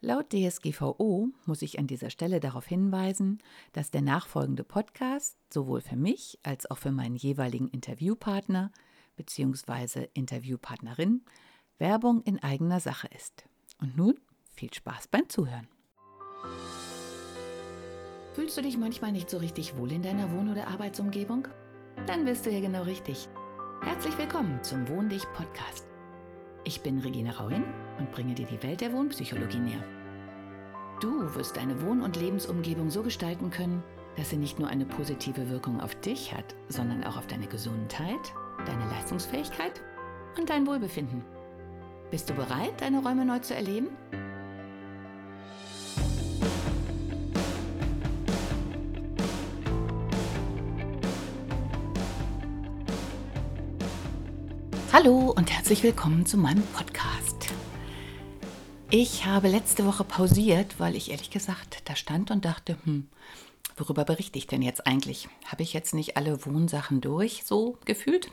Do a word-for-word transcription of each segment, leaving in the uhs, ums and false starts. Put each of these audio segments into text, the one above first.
Laut D S G V O muss ich an dieser Stelle darauf hinweisen, dass der nachfolgende Podcast sowohl für mich als auch für meinen jeweiligen Interviewpartner bzw. Interviewpartnerin Werbung in eigener Sache ist. Und nun viel Spaß beim Zuhören. Fühlst du dich manchmal nicht so richtig wohl in deiner Wohn- oder Arbeitsumgebung? Dann bist du hier genau richtig. Herzlich willkommen zum Wohn dich Podcast. Ich bin Regine Rauhin und bringe dir die Welt der Wohnpsychologie näher. Du wirst deine Wohn- und Lebensumgebung so gestalten können, dass sie nicht nur eine positive Wirkung auf dich hat, sondern auch auf deine Gesundheit, deine Leistungsfähigkeit und dein Wohlbefinden. Bist du bereit, deine Räume neu zu erleben? Hallo und herzlich willkommen zu meinem Podcast. Ich habe letzte Woche pausiert, weil ich ehrlich gesagt da stand und dachte, hm, worüber berichte ich denn jetzt eigentlich? Habe ich jetzt nicht alle Wohnsachen durch, so gefühlt?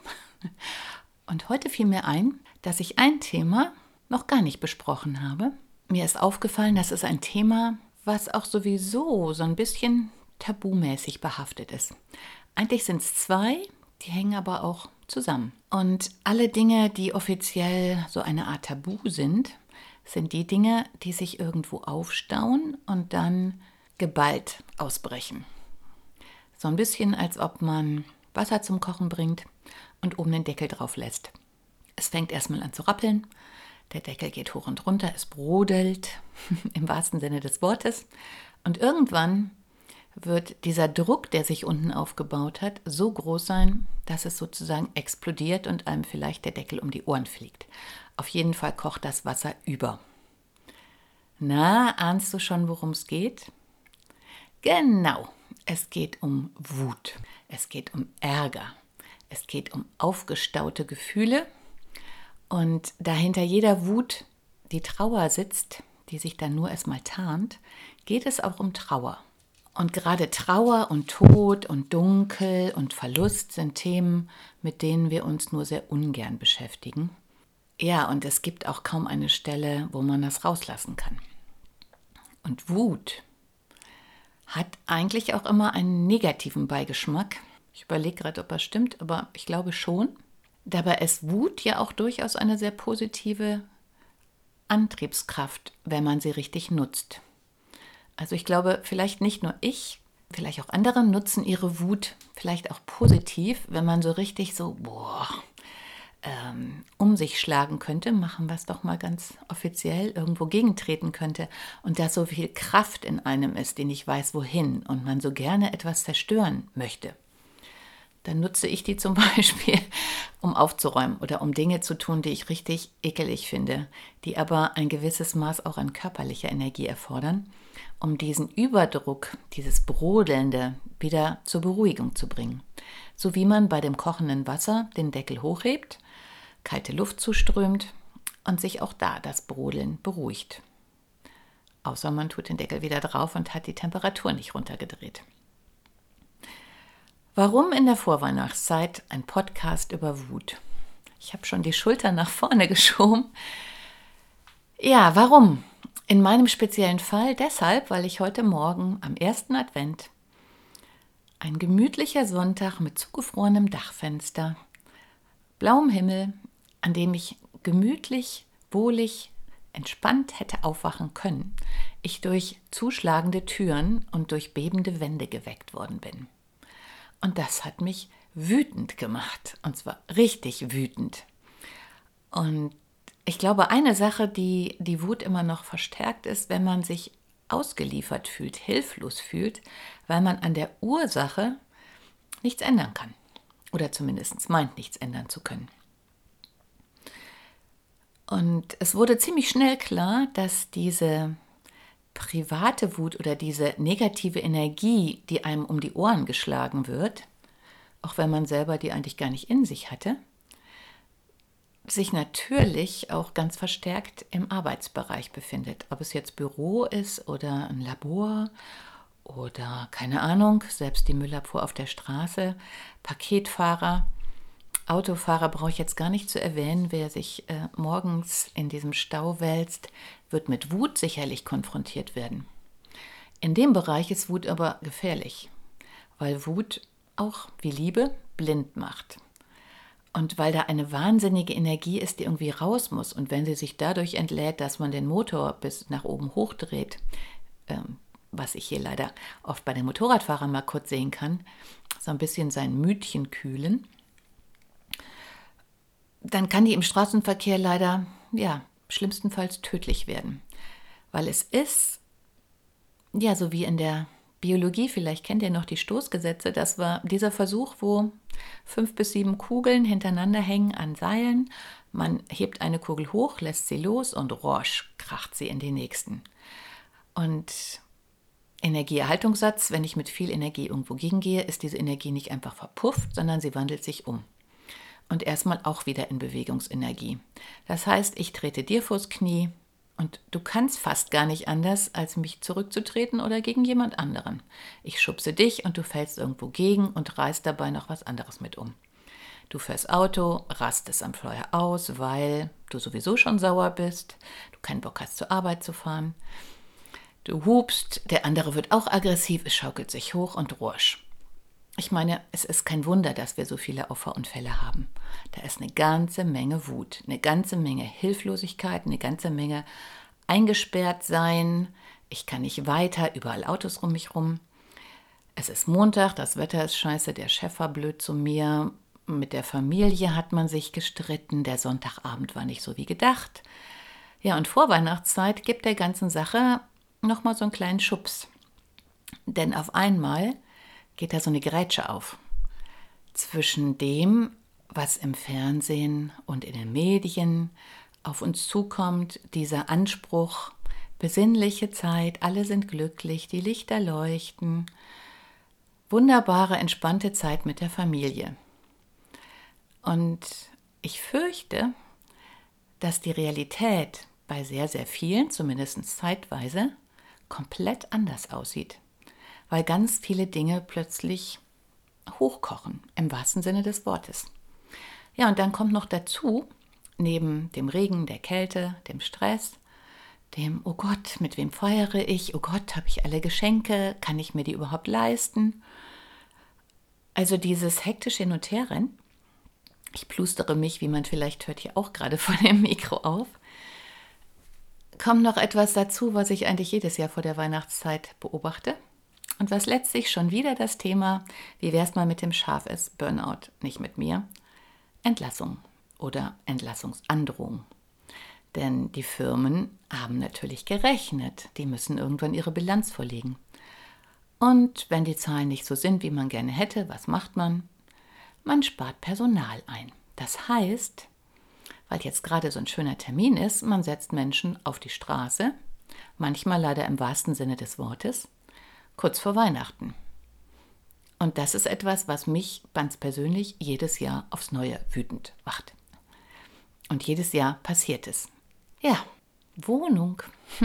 Und heute fiel mir ein, dass ich ein Thema noch gar nicht besprochen habe. Mir ist aufgefallen, das ist ein Thema, was auch sowieso so ein bisschen tabumäßig behaftet ist. Eigentlich sind es zwei, die hängen aber auch zusammen. Und alle Dinge, die offiziell so eine Art Tabu sind, sind die Dinge, die sich irgendwo aufstauen und dann geballt ausbrechen. So ein bisschen, als ob man Wasser zum Kochen bringt und oben den Deckel drauf lässt. Es fängt erstmal an zu rappeln, der Deckel geht hoch und runter, es brodelt im wahrsten Sinne des Wortes. Und irgendwann wird dieser Druck, der sich unten aufgebaut hat, so groß sein, dass es sozusagen explodiert und einem vielleicht der Deckel um die Ohren fliegt. Auf jeden Fall kocht das Wasser über. Na, ahnst du schon, worum es geht? Genau, es geht um Wut, es geht um Ärger, es geht um aufgestaute Gefühle und da hinter jeder Wut die Trauer sitzt, die sich dann nur erstmal tarnt, geht es auch um Trauer. Und gerade Trauer und Tod und Dunkel und Verlust sind Themen, mit denen wir uns nur sehr ungern beschäftigen. Ja, und es gibt auch kaum eine Stelle, wo man das rauslassen kann. Und Wut hat eigentlich auch immer einen negativen Beigeschmack. Ich überlege gerade, ob das stimmt, aber ich glaube schon. Dabei ist Wut ja auch durchaus eine sehr positive Antriebskraft, wenn man sie richtig nutzt. Also ich glaube, vielleicht nicht nur ich, vielleicht auch andere nutzen ihre Wut vielleicht auch positiv, wenn man so richtig so, boah, ähm, um sich schlagen könnte, machen wir es doch mal ganz offiziell, irgendwo gegentreten könnte und da so viel Kraft in einem ist, die nicht weiß wohin und man so gerne etwas zerstören möchte. Dann nutze ich die zum Beispiel, um aufzuräumen oder um Dinge zu tun, die ich richtig ekelig finde, die aber ein gewisses Maß auch an körperlicher Energie erfordern, um diesen Überdruck, dieses Brodelnde wieder zur Beruhigung zu bringen. So wie man bei dem kochenden Wasser den Deckel hochhebt, kalte Luft zuströmt und sich auch da das Brodeln beruhigt. Außer man tut den Deckel wieder drauf und hat die Temperatur nicht runtergedreht. Warum in der Vorweihnachtszeit ein Podcast über Wut? Ich habe schon die Schultern nach vorne geschoben. Ja, warum? In meinem speziellen Fall deshalb, weil ich heute Morgen am ersten Advent, ein gemütlicher Sonntag mit zugefrorenem Dachfenster, blauem Himmel, an dem ich gemütlich, wohlig, entspannt hätte aufwachen können, ich durch zuschlagende Türen und durch bebende Wände geweckt worden bin. Und das hat mich wütend gemacht, und zwar richtig wütend. Und ich glaube, eine Sache, die die Wut immer noch verstärkt, ist, wenn man sich ausgeliefert fühlt, hilflos fühlt, weil man an der Ursache nichts ändern kann. Oder zumindest meint, nichts ändern zu können. Und es wurde ziemlich schnell klar, dass diese private Wut oder diese negative Energie, die einem um die Ohren geschlagen wird, auch wenn man selber die eigentlich gar nicht in sich hatte, sich natürlich auch ganz verstärkt im Arbeitsbereich befindet. Ob es jetzt Büro ist oder ein Labor oder keine Ahnung, selbst die Müllabfuhr auf der Straße, Paketfahrer, Autofahrer brauche ich jetzt gar nicht zu erwähnen, wer sich äh, morgens in diesem Stau wälzt, wird mit Wut sicherlich konfrontiert werden. In dem Bereich ist Wut aber gefährlich, weil Wut auch wie Liebe blind macht. Und weil da eine wahnsinnige Energie ist, die irgendwie raus muss. Und wenn sie sich dadurch entlädt, dass man den Motor bis nach oben hochdreht, ähm, was ich hier leider oft bei den Motorradfahrern mal kurz sehen kann, so ein bisschen sein Mütchen kühlen, dann kann die im Straßenverkehr leider, ja, schlimmstenfalls tödlich werden. Weil es ist, ja, so wie in der Biologie, vielleicht kennt ihr noch die Stoßgesetze, das war dieser Versuch, wo fünf bis sieben Kugeln hintereinander hängen an Seilen. Man hebt eine Kugel hoch, lässt sie los und rosch, kracht sie in den nächsten. Und Energieerhaltungssatz, wenn ich mit viel Energie irgendwo gegengehe, ist diese Energie nicht einfach verpufft, sondern sie wandelt sich um. Und erstmal auch wieder in Bewegungsenergie. Das heißt, ich trete dir vors Knie und du kannst fast gar nicht anders, als mich zurückzutreten oder gegen jemand anderen. Ich schubse dich und du fällst irgendwo gegen und reißt dabei noch was anderes mit um. Du fährst Auto, rastest am Steuer aus, weil du sowieso schon sauer bist, du keinen Bock hast, zur Arbeit zu fahren. Du hupst, der andere wird auch aggressiv, es schaukelt sich hoch und rusch. Ich meine, es ist kein Wunder, dass wir so viele Auffahrunfälle haben. Da ist eine ganze Menge Wut, eine ganze Menge Hilflosigkeit, eine ganze Menge eingesperrt sein. Ich kann nicht weiter, überall Autos um mich rum. Es ist Montag, das Wetter ist scheiße, der Chef war blöd zu mir. Mit der Familie hat man sich gestritten, der Sonntagabend war nicht so wie gedacht. Ja, und vor Weihnachtszeit gibt der ganzen Sache nochmal so einen kleinen Schubs. Denn auf einmal geht da so eine Grätsche auf zwischen dem, was im Fernsehen und in den Medien auf uns zukommt, dieser Anspruch, besinnliche Zeit, alle sind glücklich, die Lichter leuchten, wunderbare, entspannte Zeit mit der Familie. Und ich fürchte, dass die Realität bei sehr, sehr vielen, zumindest zeitweise, komplett anders aussieht. Weil ganz viele Dinge plötzlich hochkochen, im wahrsten Sinne des Wortes. Ja, und dann kommt noch dazu, neben dem Regen, der Kälte, dem Stress, dem, oh Gott, mit wem feiere ich? Oh Gott, habe ich alle Geschenke? Kann ich mir die überhaupt leisten? Also dieses hektische Hin- und Herrennen, ich plustere mich, wie man vielleicht hört, hier auch gerade vor dem Mikro auf, kommt noch etwas dazu, was ich eigentlich jedes Jahr vor der Weihnachtszeit beobachte. Und was letztlich schon wieder das Thema, wie wär's mal mit dem Schaf ist, Burnout, nicht mit mir, Entlassung oder Entlassungsandrohung. Denn die Firmen haben natürlich gerechnet, die müssen irgendwann ihre Bilanz vorlegen. Und wenn die Zahlen nicht so sind, wie man gerne hätte, was macht man? Man spart Personal ein. Das heißt, weil jetzt gerade so ein schöner Termin ist, man setzt Menschen auf die Straße, manchmal leider im wahrsten Sinne des Wortes, kurz vor Weihnachten. Und das ist etwas, was mich ganz persönlich jedes Jahr aufs Neue wütend macht. Und jedes Jahr passiert es. Ja, Wohnung.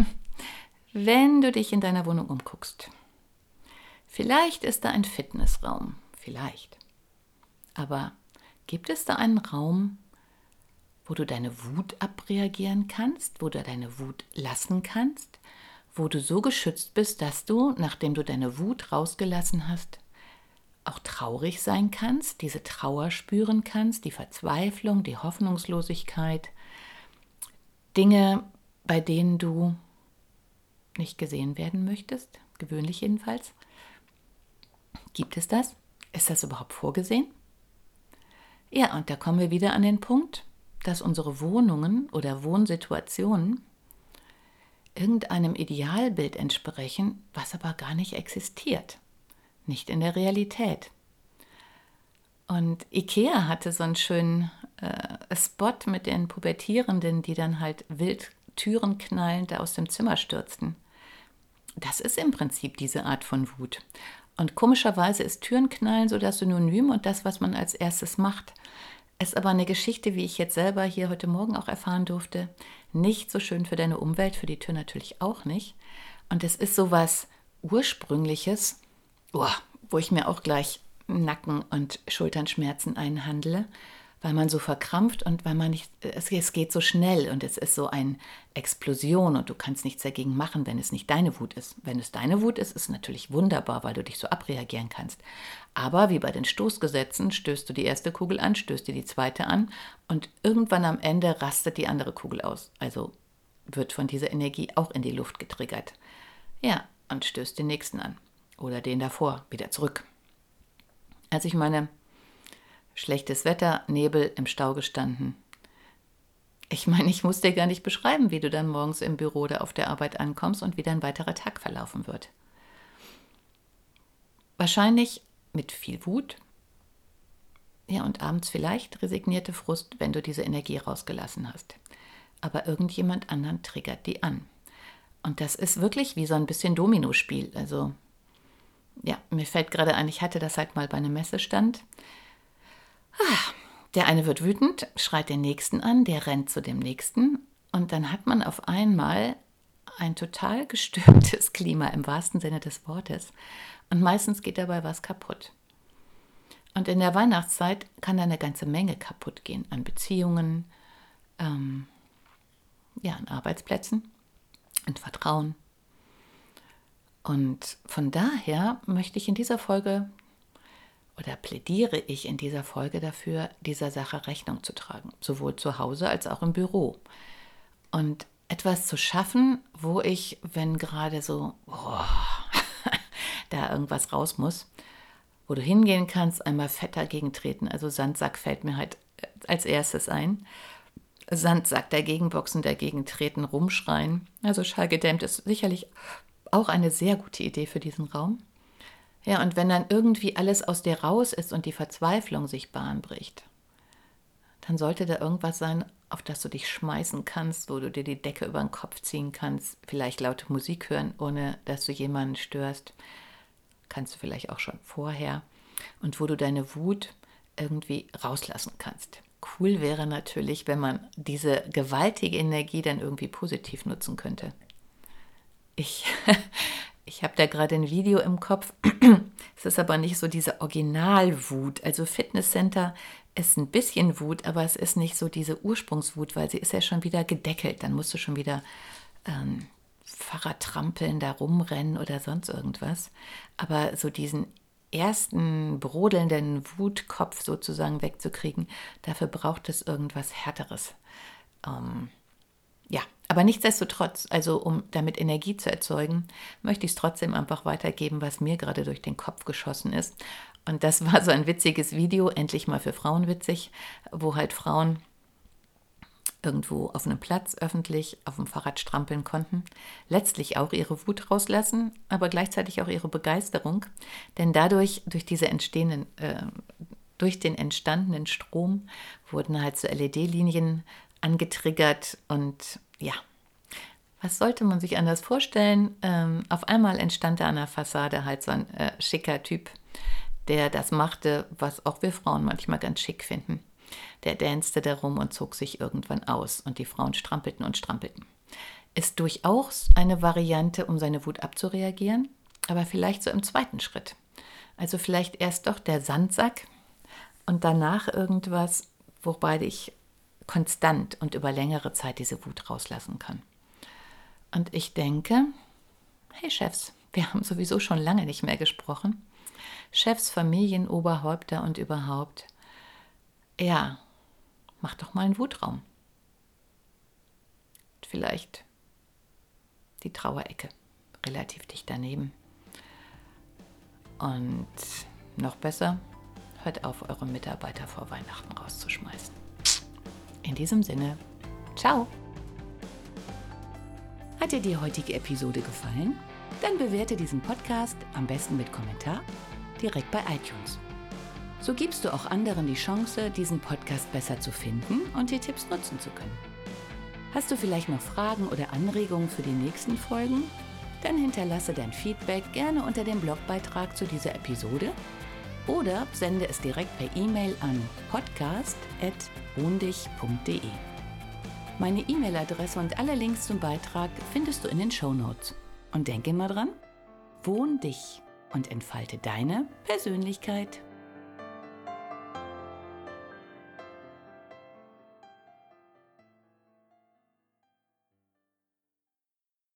Wenn du dich in deiner Wohnung umguckst, vielleicht ist da ein Fitnessraum, vielleicht. Aber gibt es da einen Raum, wo du deine Wut abreagieren kannst, wo du deine Wut lassen kannst, wo du so geschützt bist, dass du, nachdem du deine Wut rausgelassen hast, auch traurig sein kannst, diese Trauer spüren kannst, die Verzweiflung, die Hoffnungslosigkeit, Dinge, bei denen du nicht gesehen werden möchtest, gewöhnlich jedenfalls. Gibt es das? Ist das überhaupt vorgesehen? Ja, und da kommen wir wieder an den Punkt, dass unsere Wohnungen oder Wohnsituationen irgendeinem Idealbild entsprechen, was aber gar nicht existiert. Nicht in der Realität. Und Ikea hatte so einen schönen äh, Spot mit den Pubertierenden, die dann halt wild Türen knallend da aus dem Zimmer stürzten. Das ist im Prinzip diese Art von Wut. Und komischerweise ist Türenknallen so das Synonym und das, was man als erstes macht. Ist aber eine Geschichte, wie ich jetzt selber hier heute Morgen auch erfahren durfte, nicht so schön für deine Umwelt, für die Tür natürlich auch nicht. Und es ist so was Ursprüngliches, oh, wo ich mir auch gleich Nacken- und Schulternschmerzen einhandle, weil man so verkrampft und weil man nicht, es, es geht so schnell und es ist so eine Explosion und du kannst nichts dagegen machen, wenn es nicht deine Wut ist. Wenn es deine Wut ist, ist es natürlich wunderbar, weil du dich so abreagieren kannst. Aber wie bei den Stoßgesetzen stößt du die erste Kugel an, stößt dir die zweite an und irgendwann am Ende rastet die andere Kugel aus. Also wird von dieser Energie auch in die Luft getriggert. Ja, und stößt den nächsten an oder den davor wieder zurück. Also ich meine, schlechtes Wetter, Nebel, im Stau gestanden. Ich meine, ich muss dir gar nicht beschreiben, wie du dann morgens im Büro oder auf der Arbeit ankommst und wie dein weiterer Tag verlaufen wird. Wahrscheinlich mit viel Wut, ja, und abends vielleicht resignierte Frust, wenn du diese Energie rausgelassen hast. Aber irgendjemand anderen triggert die an. Und das ist wirklich wie so ein bisschen Dominospiel. Also, ja, mir fällt gerade ein, ich hatte das halt mal bei einem Messestand. Der eine wird wütend, schreit den Nächsten an, der rennt zu dem Nächsten und dann hat man auf einmal ein total gestörtes Klima im wahrsten Sinne des Wortes und meistens geht dabei was kaputt. Und in der Weihnachtszeit kann da eine ganze Menge kaputt gehen an Beziehungen, ähm, ja, an Arbeitsplätzen, an Vertrauen. Und von daher möchte ich in dieser Folge oder plädiere ich in dieser Folge dafür, dieser Sache Rechnung zu tragen, sowohl zu Hause als auch im Büro. Und etwas zu schaffen, wo ich, wenn gerade so oh, da irgendwas raus muss, wo du hingehen kannst, einmal fett dagegen treten. Also Sandsack fällt mir halt als erstes ein. Sandsack dagegen boxen, dagegen treten, rumschreien. Also schallgedämmt ist sicherlich auch eine sehr gute Idee für diesen Raum. Ja, und wenn dann irgendwie alles aus dir raus ist und die Verzweiflung sich Bahn bricht, dann sollte da irgendwas sein, auf das du dich schmeißen kannst, wo du dir die Decke über den Kopf ziehen kannst, vielleicht laute Musik hören, ohne dass du jemanden störst. Kannst du vielleicht auch schon vorher. Und wo du deine Wut irgendwie rauslassen kannst. Cool wäre natürlich, wenn man diese gewaltige Energie dann irgendwie positiv nutzen könnte. Ich... Ich habe da gerade ein Video im Kopf. Es ist aber nicht so diese Originalwut. Also Fitnesscenter ist ein bisschen Wut, aber es ist nicht so diese Ursprungswut, weil sie ist ja schon wieder gedeckelt. Dann musst du schon wieder ähm, Fahrrad trampeln, da rumrennen oder sonst irgendwas. Aber so diesen ersten brodelnden Wutkopf sozusagen wegzukriegen, dafür braucht es irgendwas Härteres. Ähm, Ja, aber nichtsdestotrotz, also um damit Energie zu erzeugen, möchte ich es trotzdem einfach weitergeben, was mir gerade durch den Kopf geschossen ist. Und das war so ein witziges Video, endlich mal für Frauen witzig, wo halt Frauen irgendwo auf einem Platz öffentlich auf dem Fahrrad strampeln konnten, letztlich auch ihre Wut rauslassen, aber gleichzeitig auch ihre Begeisterung, denn dadurch, durch diese entstehenden, äh, durch den entstandenen Strom wurden halt so L E D-Linien angetriggert und ja, was sollte man sich anders vorstellen? Ähm, auf einmal entstand da an der Fassade halt so ein äh, schicker Typ, der das machte, was auch wir Frauen manchmal ganz schick finden. Der danste da rum und zog sich irgendwann aus und die Frauen strampelten und strampelten. Ist durchaus eine Variante, um seine Wut abzureagieren, aber vielleicht so im zweiten Schritt. Also vielleicht erst doch der Sandsack und danach irgendwas, wobei ich konstant und über längere Zeit diese Wut rauslassen kann. Und ich denke, hey Chefs, wir haben sowieso schon lange nicht mehr gesprochen. Chefs, Familienoberhäupter und überhaupt, ja, mach doch mal einen Wutraum. Vielleicht die Trauerecke, relativ dicht daneben. Und noch besser, hört auf, eure Mitarbeiter vor Weihnachten rauszuschmeißen. In diesem Sinne, ciao! Hat dir die heutige Episode gefallen? Dann bewerte diesen Podcast am besten mit Kommentar direkt bei iTunes. So gibst du auch anderen die Chance, diesen Podcast besser zu finden und die Tipps nutzen zu können. Hast du vielleicht noch Fragen oder Anregungen für die nächsten Folgen? Dann hinterlasse dein Feedback gerne unter dem Blogbeitrag zu dieser Episode oder sende es direkt per E-Mail an podcast at wohndich punkt de. Meine E-Mail-Adresse und alle Links zum Beitrag findest du in den Shownotes. Und denke immer dran, wohn dich und entfalte deine Persönlichkeit.